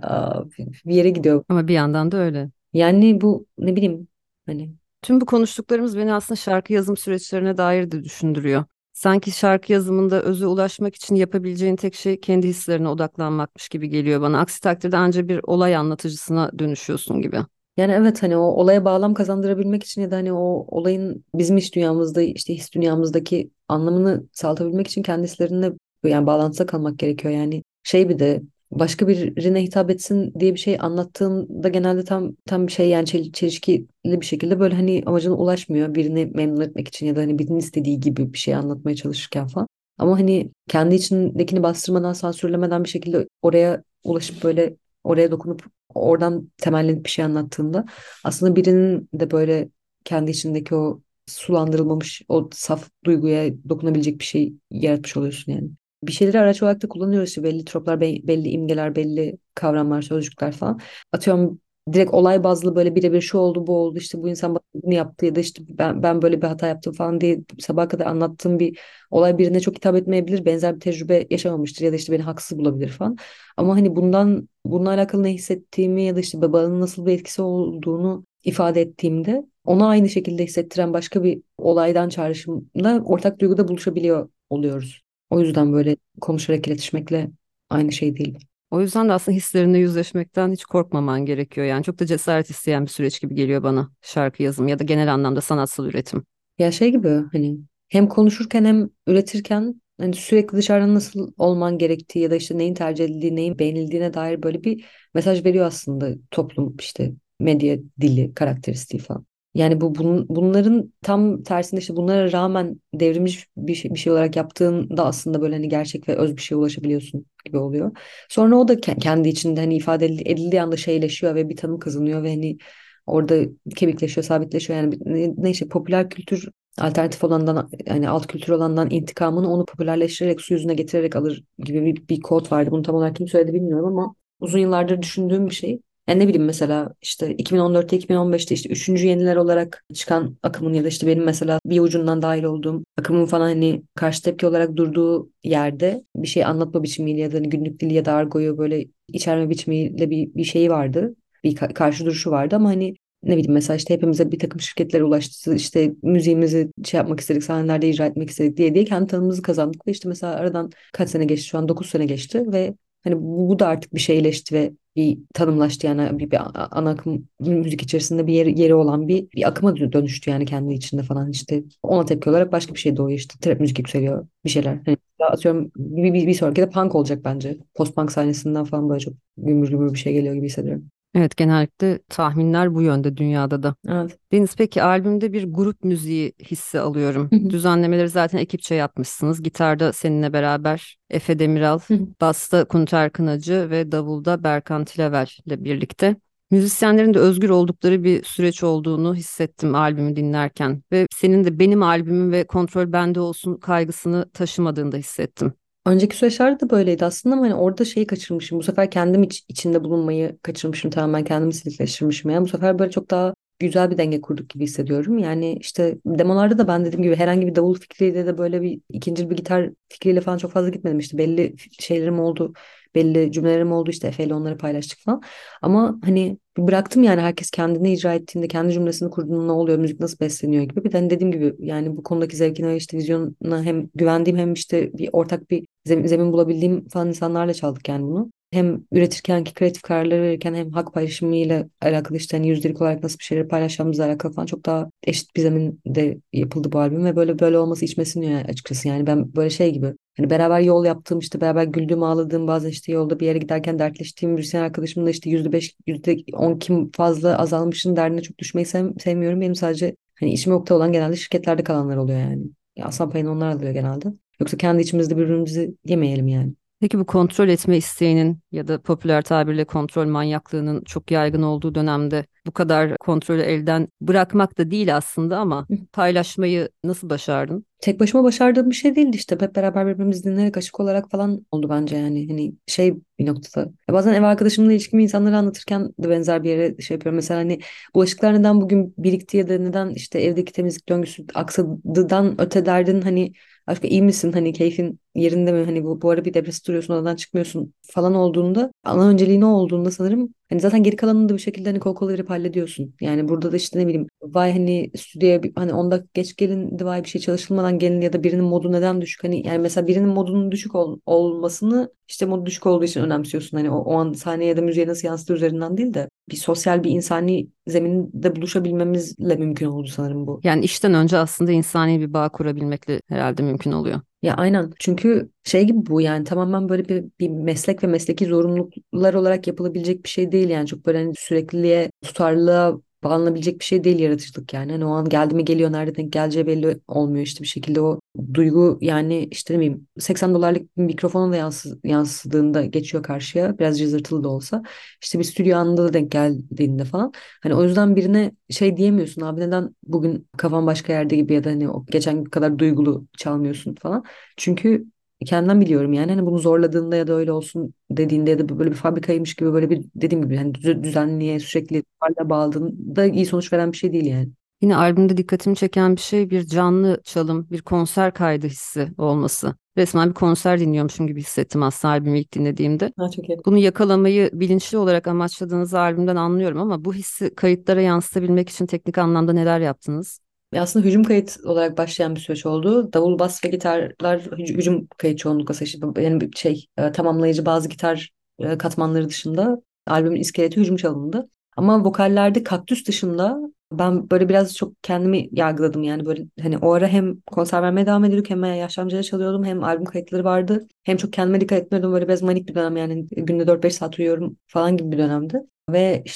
bir yere gidiyor. Ama bir yandan da öyle. Yani bu ne bileyim, hani Tüm bu konuştuklarımız beni aslında şarkı yazım süreçlerine dair de düşündürüyor. Sanki şarkı yazımında öze ulaşmak için yapabileceğin tek şey kendi hislerine odaklanmakmış gibi geliyor bana. Aksi takdirde ancak bir olay anlatıcısına dönüşüyorsun gibi. yani evet, hani o olaya bağlam kazandırabilmek için ya da hani o olayın bizim iç dünyamızda, işte his dünyamızdaki anlamını sağlatabilmek için kendi hislerinle yani bağlantıda kalmak gerekiyor. Yani şey, bir de başka birine hitap etsin diye bir şey anlattığında genelde tam bir şey yani çelişkili bir şekilde böyle hani amacına ulaşmıyor, birini memnun etmek için ya da hani birinin istediği gibi bir şey anlatmaya çalışırken falan. Ama hani kendi içindekini bastırmadan, sansürlemeden bir şekilde oraya ulaşıp böyle oraya dokunup oradan temellenip bir şey anlattığında aslında birinin de böyle kendi içindeki o sulandırılmamış o saf duyguya dokunabilecek bir şey yaratmış oluyorsun yani. Bir şeyleri araç olarak da kullanıyoruz işte, belli troplar, belli imgeler, belli kavramlar, sözcükler falan. Atıyorum, direkt olay bazlı böyle birebir şu oldu, bu oldu, işte bu insan bana bunu yaptı ya da işte ben böyle bir hata yaptım falan diye sabaha kadar anlattığım bir olay birine çok hitap etmeyebilir. Benzer bir tecrübe yaşamamıştır ya da işte beni haksız bulabilir falan. Ama hani bununla alakalı ne hissettiğimi ya da işte babanın nasıl bir etkisi olduğunu ifade ettiğimde ona aynı şekilde hissettiren başka bir olaydan çağrışımla ortak duyguda buluşabiliyor oluyoruz. O yüzden böyle konuşarak iletişmekle aynı şey değil. O yüzden de aslında hislerinle yüzleşmekten hiç korkmaman gerekiyor. Yani çok da cesaret isteyen bir süreç gibi geliyor bana şarkı yazım ya da genel anlamda sanatsal üretim. Ya şey gibi, hani hem konuşurken hem üretirken hani sürekli dışarıdan nasıl olman gerektiği ya da işte neyin tercih edildiği, neyin beğenildiğine dair böyle bir mesaj veriyor aslında toplum, işte medya dili karakteristiği falan. Yani bunların tam tersinde işte bunlara rağmen devrimci bir şey olarak yaptığında aslında böyle hani gerçek ve öz bir şeye ulaşabiliyorsun gibi oluyor. Sonra o da kendi içinde hani ifade edildiği anda şeyleşiyor ve bir tanım kazanıyor ve hani orada kemikleşiyor, sabitleşiyor. Yani ne işte popüler kültür alternatif olandan yani alt kültür olandan intikamını onu popülerleştirerek su yüzüne getirerek alır gibi bir kod vardı. Bunu tam olarak kim söyledi bilmiyorum ama uzun yıllardır düşündüğüm bir şey. Yani ne bileyim mesela işte 2014'te 2015'te işte üçüncü yeniler olarak çıkan akımın ya da işte benim mesela bir ucundan dahil olduğum akımın falan hani karşı tepki olarak durduğu yerde bir şey anlatma biçimiyle ya da hani günlük dili ya da argoyu böyle içerme biçimiyle bir şeyi vardı. Bir karşı duruşu vardı ama hani ne bileyim mesela işte hepimize bir takım şirketlere ulaştı işte müziğimizi şey yapmak istedik sahnelerde icra etmek istedik diye kendi tanımımızı kazandık ve işte mesela aradan kaç sene geçti şu an 9 sene geçti ve hani bu da artık bir şeyleşti ve bir tanımlaştı yani bir ana akım müzik içerisinde bir yeri olan bir akıma dönüştü yani kendi içinde falan işte ona tepki olarak başka bir şey doğuyor işte trap müzik yükseliyor bir şeyler. Hani atıyorum bir sonraki de punk olacak bence. Post-punk sahnesinden falan böyle çok gümbür gümbür bir şey geliyor gibi hissediyorum. Evet, genellikle tahminler bu yönde dünyada da. Evet. Deniz, peki albümde bir grup müziği hissi alıyorum. Hı hı. Düzenlemeleri zaten ekipçe yapmışsınız. Gitarda seninle beraber Efe Demiral, Hı hı. basta Kunter Kınacı ve davulda Berkan Tilevel ile birlikte. Müzisyenlerin de özgür oldukları bir süreç olduğunu hissettim albümü dinlerken ve senin de benim albümüm ve kontrol bende olsun kaygısını taşımadığını da hissettim. Önceki süreçlerde de böyleydi aslında ama hani orada şeyi kaçırmışım. Bu sefer kendim içinde bulunmayı kaçırmışım. Tamamen kendimi silikleştirmişim. Yani bu sefer böyle çok daha güzel bir denge kurduk gibi hissediyorum. Yani işte demolarda da ben dediğim gibi herhangi bir davul fikriyle de böyle bir ikinci bir gitar fikriyle falan çok fazla gitmedim. İşte belli şeylerim oldu. Belli cümlelerim oldu işte Efe'yle onları paylaştık falan. Ama hani bıraktım yani herkes kendini icra ettiğinde kendi cümlesini kurduğunda ne oluyor, müzik nasıl besleniyor gibi. Bir de hani dediğim gibi yani bu konudaki zevkine ve işte vizyonuna hem güvendiğim hem işte bir ortak bir zemin bulabildiğim falan insanlarla çaldık yani bunu. Hem üretirkenki kreatif kararları verirken hem hak paylaşımı ile alakalı işte hani yüzdelik olarak nasıl bir şeyleri paylaşacağımızla alakalı falan çok daha eşit bir zeminde yapıldı bu albüm ve böyle olması içime siniyor yani açıkçası. Yani ben böyle şey gibi hani beraber yol yaptığım işte beraber güldüğüm ağladığım bazen işte yolda bir yere giderken dertleştiğim müzisyen arkadaşımla işte %5 %10 kim fazla azalmışın derdine çok düşmeyi sevmiyorum. Benim sadece hani işime yokta olan genelde şirketlerde kalanlar oluyor yani. Ya aslan payını onlar alıyor genelde. Yoksa kendi içimizde birbirimizi yemeyelim yani. Peki bu kontrol etme isteğinin ya da popüler tabirle kontrol manyaklığının çok yaygın olduğu dönemde bu kadar kontrolü elden bırakmak da değil aslında ama paylaşmayı nasıl başardın? Tek başıma başardığım bir şey değildi işte. Hep beraber birbirimizi dinleyerek açık olarak falan oldu bence yani. Hani şey bir noktada. Ya bazen ev arkadaşımla ilişkimi insanlara anlatırken de benzer bir yere şey yapıyorum. Mesela hani bulaşıklar neden bugün birikti ya da neden işte evdeki temizlik döngüsü aksadıdan öte derdin hani aşkım iyi misin hani keyfin yerinde mi hani bu ara bir depresif duruyorsun odadan çıkmıyorsun falan olduğunda ana önceliği ne olduğunda sanırım hani zaten geri kalanını da bir şekilde hani kol kola verip hallediyorsun. Yani burada da işte ne bileyim vay hani stüdyoya hani 10 dakika geç gelin vay bir şey çalışılmadan gelin ya da birinin modu neden düşük hani yani mesela birinin modunun düşük olmasını işte modu düşük olduğu için önemsiyorsun hani o an sahneye ya da müziğe nasıl yansıdığı üzerinden değil de bir sosyal bir insani zeminde buluşabilmemizle mümkün oldu sanırım bu. Yani işten önce aslında insani bir bağ kurabilmekle herhalde mümkün oluyor. Ya aynen çünkü şey gibi bu yani tamamen böyle bir meslek ve mesleki zorunluluklar olarak yapılabilecek bir şey değil yani çok böyle hani sürekliliğe tutarlılığa bağlanabilecek bir şey değil yaratıcılık yani hani o an geldi mi geliyor nerede denk geleceği belli olmuyor işte bir şekilde o duygu yani işte ne bileyim 80 dolarlık bir mikrofona da yansıdığında geçiyor karşıya biraz cızırtılı da olsa işte bir stüdyo anında da denk geldiğinde falan hani o yüzden birine şey diyemiyorsun abi neden bugün kafan başka yerde gibi ya da hani o geçen gün kadar duygulu çalmıyorsun falan. Çünkü kendimden biliyorum yani hani bunu zorladığında ya da öyle olsun dediğinde ya da böyle bir fabrikaymış gibi böyle bir dediğim gibi hani düzenliğe sürekli varlığa bağladığında iyi sonuç veren bir şey değil yani. Yine albümde dikkatimi çeken bir şey bir canlı çalım, bir konser kaydı hissi olması. Resmen bir konser dinliyormuşum gibi hissettim aslında albümü ilk dinlediğimde. Ha, çok iyi. Bunu yakalamayı bilinçli olarak amaçladığınızı albümden anlıyorum ama bu hissi kayıtlara yansıtabilmek için teknik anlamda neler yaptınız? Ve aslında hücum kayıt olarak başlayan bir süreç oldu. Davul, bas ve gitarlar hücum kayıt çoğunlukla seçti. Yani bir şey tamamlayıcı bazı gitar katmanları dışında albümün iskeleti hücum çalındı. Ama vokallerde kaktüs dışında ben böyle biraz çok kendimi yargıladım yani böyle hani o ara hem konser vermeye devam ediyorduk hem Yaşlı Amca'da çalıyordum hem albüm kayıtları vardı. Hem çok kendime dikkat etmiyordum böyle biraz manik bir dönem yani günde 4-5 saat uyuyorum falan gibi bir dönemdi. Ve işte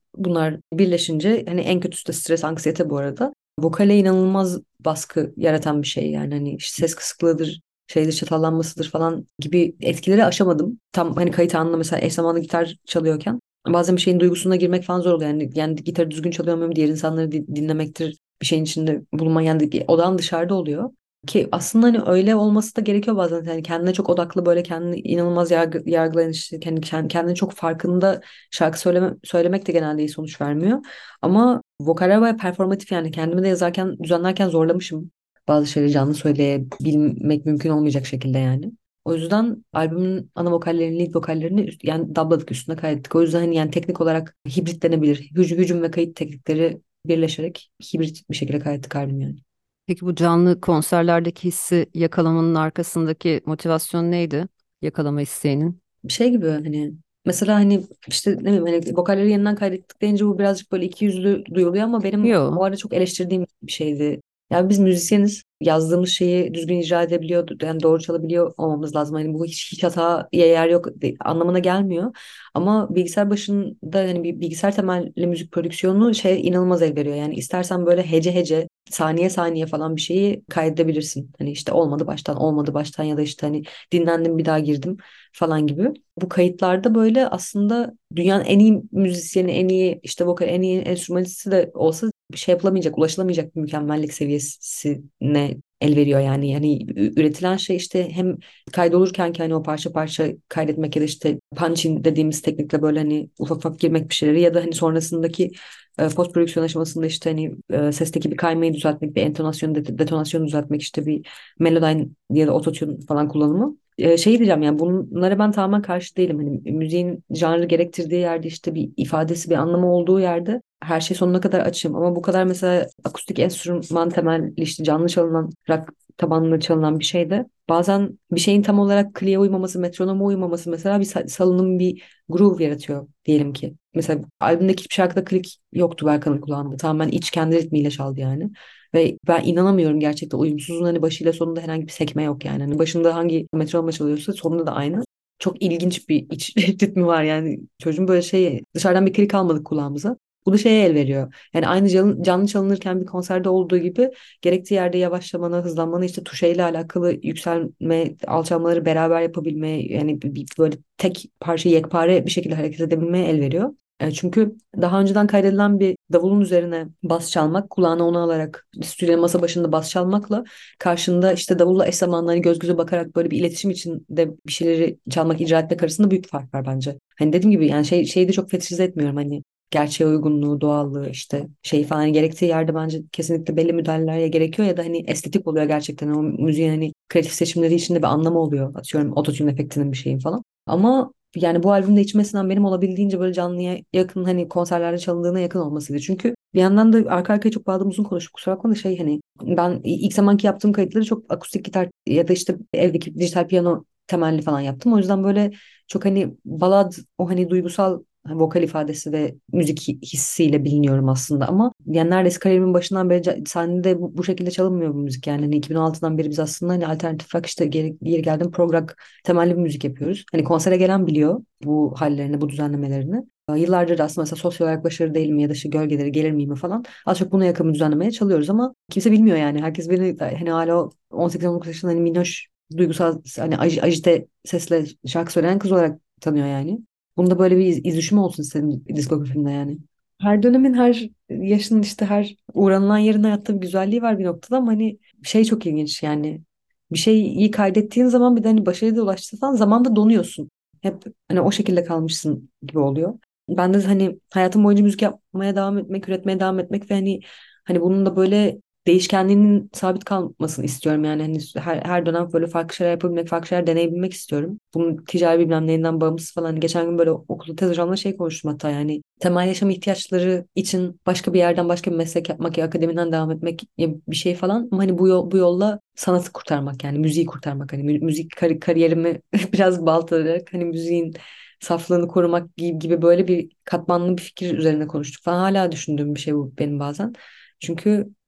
Bunlar birleşince hani en kötüsü de stres, anksiyete bu arada. Vokale inanılmaz baskı yaratan bir şey yani hani işte ses kısıklığıdır, şeydir, çatallanmasıdır falan gibi etkileri aşamadım. Tam hani kayıt anında mesela eş zamanlı gitar çalıyorken bazen bir şeyin duygusuna girmek falan zor oluyor. Yani gitarı düzgün çalıyor muyum, diğer insanları dinlemektir, bir şeyin içinde bulunma, yani odan dışarıda oluyor. Ki aslında hani öyle olması da gerekiyor bazen. Yani kendine çok odaklı, böyle kendini inanılmaz yargılayan, işte kendini çok farkında şarkı söylemek de genelde iyi sonuç vermiyor. Ama vokaller bayağı performatif, yani kendimi de yazarken, düzenlerken zorlamışım. Bazı şeyleri canlı söyleyebilmek mümkün olmayacak şekilde yani. O yüzden albümün ana vokallerini, lead vokallerini yani dubladık, üstüne kaydettik. O yüzden hani yani teknik olarak hibrit denebilir. Hücum ve kayıt teknikleri birleşerek hibrit bir şekilde kaydettik albüm yani. Peki bu canlı konserlerdeki hissi yakalamanın arkasındaki motivasyon neydi? Yakalama isteğinin. Şey gibi hani, mesela hani işte ne bileyim, hani vokalleri yeniden kaydettik deyince bu birazcık böyle iki yüzlü duyuluyor ama benim o Yo. arada çok eleştirdiğim bir şeydi. Yani biz müzisyeniz, yazdığımız şeyi düzgün icra edebiliyor, yani doğru çalabiliyor olmamız lazım. Hani bu hiç hataya yer yok anlamına gelmiyor. Ama bilgisayar başında hani bir bilgisayar temelli müzik prodüksiyonu şey inanılmaz el veriyor. Yani istersen böyle hece hece, saniye saniye falan bir şeyi kaydedebilirsin. Hani işte olmadı baştan, olmadı baştan, ya da işte hani dinlendim bir daha girdim falan gibi. Bu kayıtlarda böyle aslında dünyanın en iyi müzisyeni, en iyi işte vokal, en iyi enstrümanisti de olsa bir şey yapılamayacak, ulaşılamayacak bir mükemmellik seviyesine el veriyor yani. Yani üretilen şey işte hem kaydolurken ki hani o parça parça kaydetmek ya da işte punching dediğimiz teknikle böyle hani ufak ufak girmek bir şeyleri, ya da hani sonrasındaki post prodüksiyon aşamasında işte hani sesteki bir kaymayı düzeltmek, bir entonasyon, detonasyonu düzeltmek, işte bir melodyne ya da ototune falan kullanımı. Şey diyeceğim, yani bunlara ben tamamen karşı değilim. Hani müziğin janrı gerektirdiği yerde, işte bir ifadesi, bir anlamı olduğu yerde her şey sonuna kadar açığım. Ama bu kadar mesela akustik enstrüman temelli, işte canlı çalınan, rock tabanlı çalınan bir şeyde bazen bir şeyin tam olarak kliğe uymaması, metronoma uymaması mesela bir salınım, bir groove yaratıyor diyelim ki. Mesela albümdeki hiçbir şarkıda klik yoktu Berkan'ın kulağında. Tamamen iç, kendi ritmiyle çaldı yani. Ve ben inanamıyorum, gerçekten uyumsuzun hani başıyla sonunda herhangi bir sekme yok yani. Hani başında hangi metronla çalıyorsa sonunda da aynı. Çok ilginç bir iç ritmi var yani. Çocuğun böyle şey, dışarıdan bir klik almadık kulağımıza. Bu da şeye el veriyor. Yani aynı canlı çalınırken bir konserde olduğu gibi gerektiği yerde yavaşlamanı, hızlanmanı, işte tuşeyle alakalı yükselme, alçalmaları beraber yapabilme, yani böyle tek parça yekpare bir şekilde hareket edebilmeye el veriyor. Çünkü daha önceden kaydedilen bir davulun üzerine bas çalmak, kulağına onu alarak stüdyo masa başında bas çalmakla karşında işte davulla eş zamanlı hani göz göze bakarak böyle bir iletişim içinde bir şeyleri çalmak, icra etmek arasında büyük fark var bence. Hani dediğim gibi yani şeyi de çok fetişize etmiyorum, hani gerçeğe uygunluğu, doğallığı, işte şey falan, hani gerektiği yerde bence kesinlikle belli müdahaleler ya gerekiyor ya da hani estetik oluyor gerçekten. O müziğin hani kreatif seçimleri içinde bir anlamı oluyor. Atıyorum ototune efektinin bir şeyin falan. Ama yani bu albümde içmesinden benim olabildiğince böyle canlıya yakın, hani konserlerde çalındığına yakın olmasıydı. Çünkü bir yandan da arka arkaya çok bağladığım, uzun konuştuk. Kusura bakma da şey, hani ben ilk zamanki yaptığım kayıtları çok akustik gitar ya da işte evdeki dijital piyano temelli falan yaptım. O yüzden böyle çok hani balad, o hani duygusal vokal ifadesi ve müzik hissiyle biliniyorum aslında, ama yani neredeyse kariyerimin başından beri sahnede bu şekilde çalınmıyor bu müzik yani. Hani 2016'dan beri biz aslında hani alternatif rock, işte geri geldim prog rock temelli bir müzik yapıyoruz. Hani konsere gelen biliyor bu hallerini, bu düzenlemelerini. Yıllardır da aslında mesela sosyal olarak başarılı değilim ya da işte gölgeleri gelir miyim falan. Az çok buna yakın bir düzenlemeye çalıyoruz ama kimse bilmiyor yani. Herkes beni hani hala 18-19 yaşında hani minnoş, duygusal, hani ajite sesle şarkı söyleyen kız olarak tanıyor yani. Bunda böyle bir iz düşümü olsun istedim diskografimde yani. Her dönemin, her yaşın, işte her uğranılan yerin hayatta bir güzelliği var bir noktada, ama hani şey çok ilginç yani, bir şeyi kaydettiğin zaman bir de hani başarıya da ulaştıysan zamanda donuyorsun. Hep hani o şekilde kalmışsın gibi oluyor. Ben de hani hayatım boyunca müzik yapmaya devam etmek, üretmeye devam etmek ve hani bunun da böyle değişkenliğinin sabit kalmasını istiyorum. Yani hani her dönem böyle farklı şeyler yapabilmek, farklı şeyler deneyebilmek istiyorum. Bunun ticari bilmem neyinden bağımsız falan. Hani geçen gün böyle okulda tez hocamla şey konuştum hatta, yani temel yaşam ihtiyaçları için başka bir yerden başka bir meslek yapmak ya akademiden devam etmek ya bir şey falan. Ama hani bu yolla sanatı kurtarmak, yani müziği kurtarmak. Hani müzik kariyerimi biraz baltalayarak hani müziğin saflığını korumak gibi böyle bir katmanlı bir fikir üzerine konuştuk falan. Hala düşündüğüm bir şey bu benim bazen. Çünkü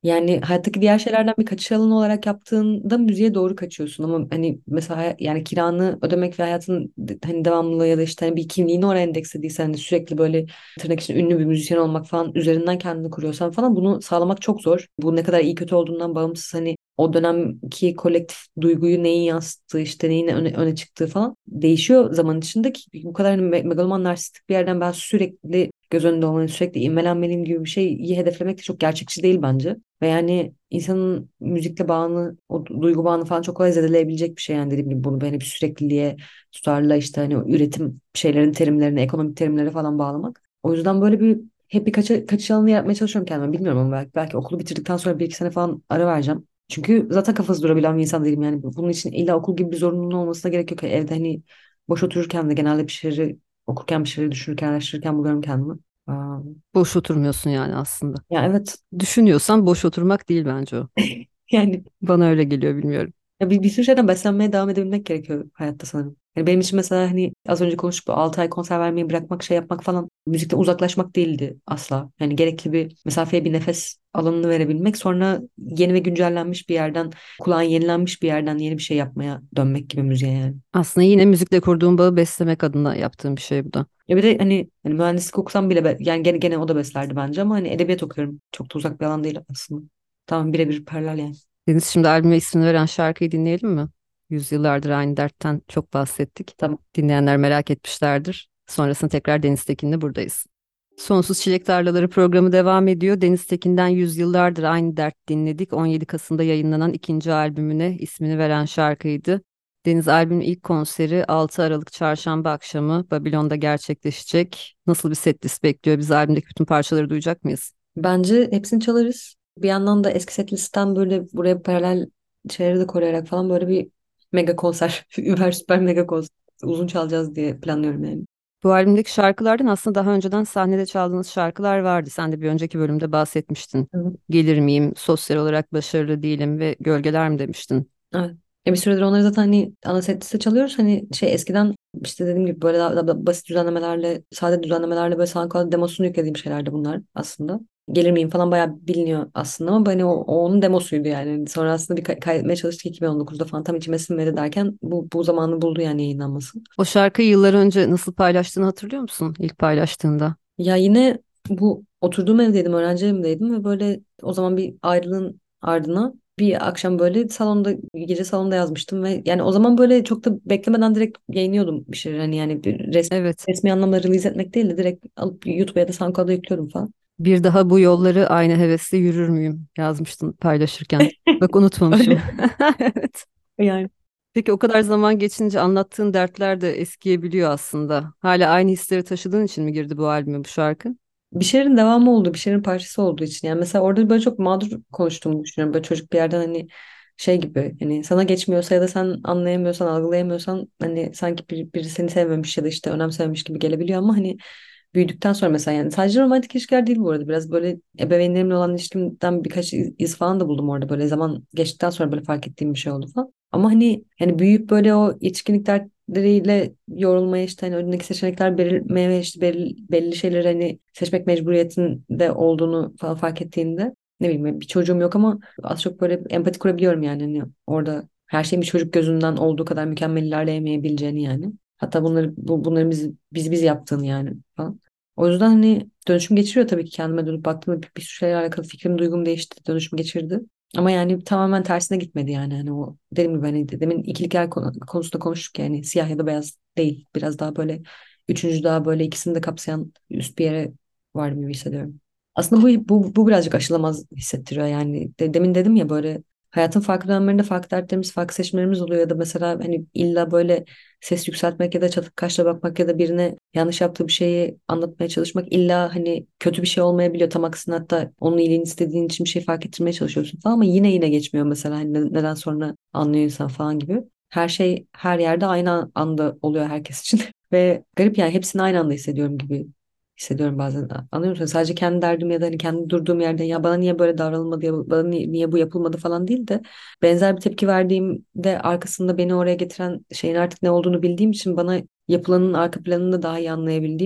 Yani hayattaki diğer şeylerden bir kaçış alanı olarak yaptığında müziğe doğru kaçıyorsun ama hani mesela yani kiranı ödemek ve hayatın hani devamlılığı ya da işte hani bir kimliğini oraya endekslediysen hani sürekli böyle tırnak içinde ünlü bir müzisyen olmak falan üzerinden kendini kuruyorsan falan bunu sağlamak çok zor. Bu ne kadar iyi kötü olduğundan bağımsız hani o dönemki kolektif duyguyu neyin yansıttığı işte neyin öne çıktığı falan değişiyor zaman içinde ki bu kadar hani megaloman narsistik bir yerden ben sürekli göz önünde olmalıyım, sürekli imrenmeliyim gibi bir şeyi hedeflemek de çok gerçekçi değil bence. Ve yani insanın müzikle bağını, o duygu bağını falan çok kolay zedeleyebilecek bir şey yani dediğim gibi bunu böyle bir sürekliliğe, tutarlılığa işte hani o üretim şeylerin terimlerine, ekonomik terimlere falan bağlamak. O yüzden böyle bir hep bir kaçış alanı yaratmaya çalışıyorum kendime. Bilmiyorum ama belki okulu bitirdikten sonra bir iki sene falan ara vereceğim. Çünkü zaten kafası durabilen bir insan değilim yani. Bunun için illa okul gibi bir zorunluluğun olmasına gerek yok. Evde hani boş otururken de genelde bir şeyleri okurken bir şeyleri düşünürken, araştırırken buluyorum kendimi. Aa, Boş oturmuyorsun yani aslında. ya evet Düşünüyorsan boş oturmak değil bence o. yani Bana öyle geliyor, bilmiyorum. ya bir sürü şeyden beslenmeye devam edebilmek gerekiyor hayatta sanırım. Yani benim için mesela hani az önce konuştuk bu 6 ay konser vermeyi bırakmak şey yapmak falan müzikten uzaklaşmak değildi asla. Yani gerekli bir mesafeye bir nefes alanını verebilmek sonra yeni ve güncellenmiş bir yerden kulağın yenilenmiş bir yerden yeni bir şey yapmaya dönmek gibi müziğe yani. Aslında yine müzikle kurduğum bağı beslemek adına yaptığım bir şey bu da. Ya bir de hani mühendislik okusam bile yani gene o da beslerdi bence ama hani edebiyat okuyorum. Çok da uzak bir alan değil aslında. Tamam birebir paralel yani. Deniz, şimdi albüme ismini veren şarkıyı dinleyelim mi? Yüzyıllardır aynı dertten çok bahsettik. Tamam. Dinleyenler merak etmişlerdir. Sonrasında tekrar Deniz Tekin'le buradayız. Sonsuz Çilek Tarlaları programı devam ediyor. Deniz Tekin'den Yüzyıllardır Aynı Dert dinledik. 17 Kasım'da yayınlanan ikinci albümüne ismini veren şarkıydı. Deniz, albümün ilk konseri 6 Aralık Çarşamba akşamı Babilon'da gerçekleşecek. Nasıl bir setlist bekliyor? Biz albümdeki bütün parçaları duyacak mıyız? Bence hepsini çalarız. Bir yandan da eski set listten böyle buraya paralel şeyleri de koruyarak falan böyle bir mega konser, über süper mega konser uzun çalacağız diye planlıyorum yani. Bu albümdeki şarkılardan aslında daha önceden sahnede çaldığınız şarkılar vardı. Sen de bir önceki bölümde bahsetmiştin. Evet. Gelir miyim, sosyal olarak başarılı değilim ve gölgeler mi demiştin? Evet. Ya bir süredir onları zaten hani ana set liste çalıyoruz. Hani şey eskiden işte dediğim gibi böyle daha basit düzenlemelerle, sade düzenlemelerle böyle SoundCloud demosunu yüklediğim şeylerdi bunlar aslında. Gelir miyim falan bayağı biliniyor aslında ama hani o onun demosuydu yani. Sonra aslında bir kaydetmeye çalıştık 2019'da falan tam içime sinmedi derken bu zamanı buldu yani yayınlanması. O şarkıyı yıllar önce nasıl paylaştığını hatırlıyor musun? İlk paylaştığında. Ya yine bu oturduğum evdeydim, öğrenci evimdeydim ve böyle o zaman bir ayrılığın ardına bir akşam böyle salonda, gece salonda yazmıştım ve yani o zaman böyle çok da beklemeden direkt yayınlıyordum bir şeyler hani yani bir Evet. resmi anlamda release etmek değil de direkt alıp YouTube'a ya da SoundCloud'a yüklüyordum falan. Bir daha bu yolları aynı hevesle yürür müyüm yazmıştın paylaşırken. Bak, unutmamışım. Öyle Evet. yani. Peki o kadar zaman geçince anlattığın dertler de eskiyebiliyor aslında. Hala aynı hisleri taşıdığın için mi girdi bu albüme bu şarkı? Bir şeylerin devamı oldu, bir şeylerin parçası olduğu için. Yani mesela orada böyle çok mağdur konuştuğumu düşünüyorum. Böyle çocuk bir yerden hani şey gibi hani sana geçmiyorsa ya da sen anlayamıyorsan, algılayamıyorsan hani sanki biri seni sevmemiş ya da işte önemsememiş gibi gelebiliyor ama hani büyüdükten sonra mesela yani sadece romantik ilişkiler değil bu arada. Biraz böyle ebeveynlerimle olan ilişkimden birkaç iz falan da buldum orada. Böyle zaman geçtikten sonra böyle fark ettiğim bir şey oldu falan. Ama hani yani büyüyüp böyle o yetişkinlik dertleriyle yorulmaya işte hani önündeki seçenekler belirmeye ve işte belli şeyleri hani seçmek mecburiyetinde olduğunu falan fark ettiğinde ne bileyim bir çocuğum yok ama az çok böyle empati kurabiliyorum yani hani orada her şeyin bir çocuk gözünden olduğu kadar mükemmel ilerleyemeyebileceğini yani. Hatta bunları biz yaptığını yani falan. O yüzden hani dönüşüm geçiriyor tabii ki kendime dönüp baktığımda bir sürü şeylerle alakalı fikrim duygum değişti, dönüşüm geçirdi. Ama yani tamamen tersine gitmedi yani. Hani o dediğim gibi hani demin ikilikler konusunda konuştuk yani siyah ya da beyaz değil. Biraz daha böyle üçüncü daha böyle ikisini de kapsayan üst bir yere var gibi hissediyorum. Aslında bu birazcık aşılamaz hissettiriyor yani. Demin dedim ya böyle hayatın farklı dönemlerinde farklı dertlerimiz, farklı seçimlerimiz oluyor ya da mesela hani illa böyle ses yükseltmek ya da çatık kaşla bakmak ya da birine yanlış yaptığı bir şeyi anlatmaya çalışmak illa hani kötü bir şey olmayabiliyor. Tam aksine hatta onun iyiliğini istediğin için bir şey fark ettirmeye çalışıyorsun falan ama yine geçmiyor mesela hani neden sonra anlıyor insan falan gibi. Her şey her yerde aynı anda oluyor herkes için ve garip yani hepsini aynı anda hissediyorum gibi hissediyorum bazen. Anlıyor musun? Sadece kendi derdim ya da hani kendi durduğum yerden ya bana niye böyle davranılmadı ya bana niye bu yapılmadı falan değil de benzer bir tepki verdiğimde arkasında beni oraya getiren şeyin artık ne olduğunu bildiğim için bana yapılanın arka planını da daha iyi anlayabildiğim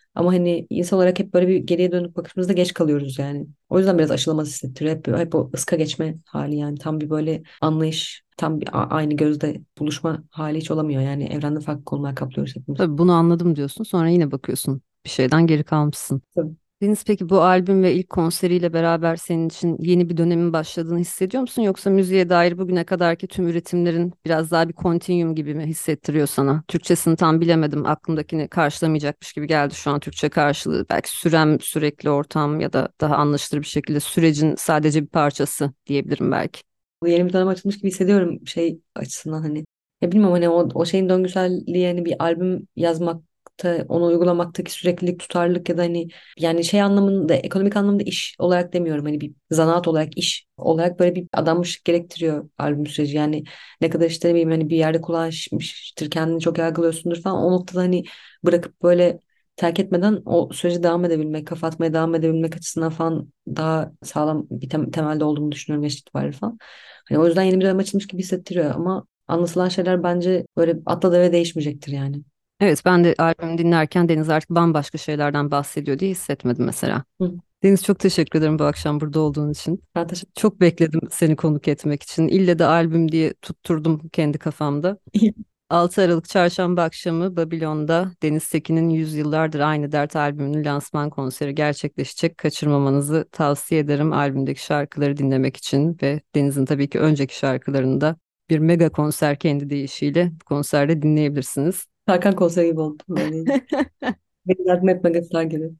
Ama hani insan olarak hep böyle bir geriye dönüp bakışımızda geç kalıyoruz yani. O yüzden biraz aşılamaz hissettiriyor. Hep o ıska geçme hali yani. Tam bir böyle anlayış, tam bir aynı gözde buluşma hali hiç olamıyor. Yani evrende farklı konular kaplıyoruz hepimiz. Tabii bunu anladım diyorsun. Sonra yine bakıyorsun bir şeyden geri kalmışsın. Tabii. Deniz, peki bu albüm ve ilk konseriyle beraber senin için yeni bir dönemin başladığını hissediyor musun? Yoksa müziğe dair bugüne kadarki tüm üretimlerin biraz daha bir kontinyum gibi mi hissettiriyor sana? Türkçesini tam bilemedim. Aklımdakini karşılamayacakmış gibi geldi şu an Türkçe karşılığı. Belki sürem, sürekli ortam ya da daha anlaşılır bir şekilde sürecin sadece bir parçası diyebilirim belki. Bu yeni bir dönem açılmış gibi hissediyorum şey açısından hani. Ya bilmiyorum hani o şeyin döngüselliği yani bir albüm yazmakta onu uygulamaktaki süreklilik tutarlılık ya da hani yani şey anlamında ekonomik anlamda iş olarak demiyorum hani bir zanaat olarak iş olarak böyle bir adanmışlık gerektiriyor albüm süreci yani ne kadar işte ne bileyim hani bir yerde kullanmıştır kendini çok yargılıyorsundur falan o noktada hani bırakıp böyle terk etmeden o süreci devam edebilmek kafa atmaya devam edebilmek açısından falan daha sağlam bir temelde olduğunu düşünüyorum yaş itibariyle falan. Hani o yüzden yeni bir dönem açılmış gibi hissettiriyor ama anlatılan şeyler bence böyle atla deve değişmeyecektir yani. Evet, ben de albümü dinlerken Deniz artık bambaşka şeylerden bahsediyor diye hissetmedim mesela. Hı. Deniz, çok teşekkür ederim bu akşam burada olduğun için. Ben teşekkür Çok bekledim seni konuk etmek için. İlle de albüm diye tutturdum kendi kafamda. ederim. 6 Aralık Çarşamba akşamı Babilon'da Deniz Tekin'in Yüzyıllardır Aynı Dert albümünün lansman konseri gerçekleşecek. Kaçırmamanızı tavsiye ederim albümdeki şarkıları dinlemek için ve Deniz'in tabii ki önceki şarkılarını da bir mega konser kendi deyişiyle bu konserde dinleyebilirsiniz. Tarkan konseri gibi oldu böyle. Benim yardım etme megastar gibi.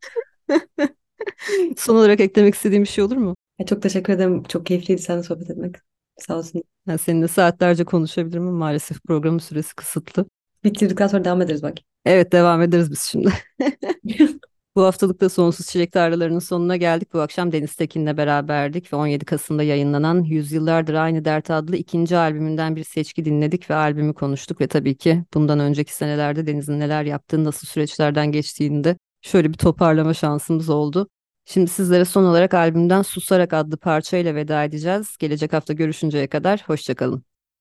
Son olarak eklemek istediğim bir şey olur mu? Çok teşekkür ederim. Çok keyifliydi seninle sohbet etmek. Sağ olsun. Ben seninle saatlerce konuşabilirim ama maalesef programın süresi kısıtlı. Bitirdikten sonra devam ederiz bak. Evet, devam ederiz biz şimdi. Bu haftalıkta Sonsuz Çilek Tarlalarının sonuna geldik. Bu akşam Deniz Tekin'le beraberdik ve 17 Kasım'da yayınlanan Yüzyıllardır Aynı Dert adlı ikinci albümünden bir seçki dinledik ve albümü konuştuk ve tabii ki bundan önceki senelerde Deniz'in neler yaptığını, nasıl süreçlerden geçtiğini de şöyle bir toparlama şansımız oldu. Şimdi sizlere son olarak albümden Susarak adlı parçayla veda edeceğiz. Gelecek hafta görüşünceye kadar hoşça kalın.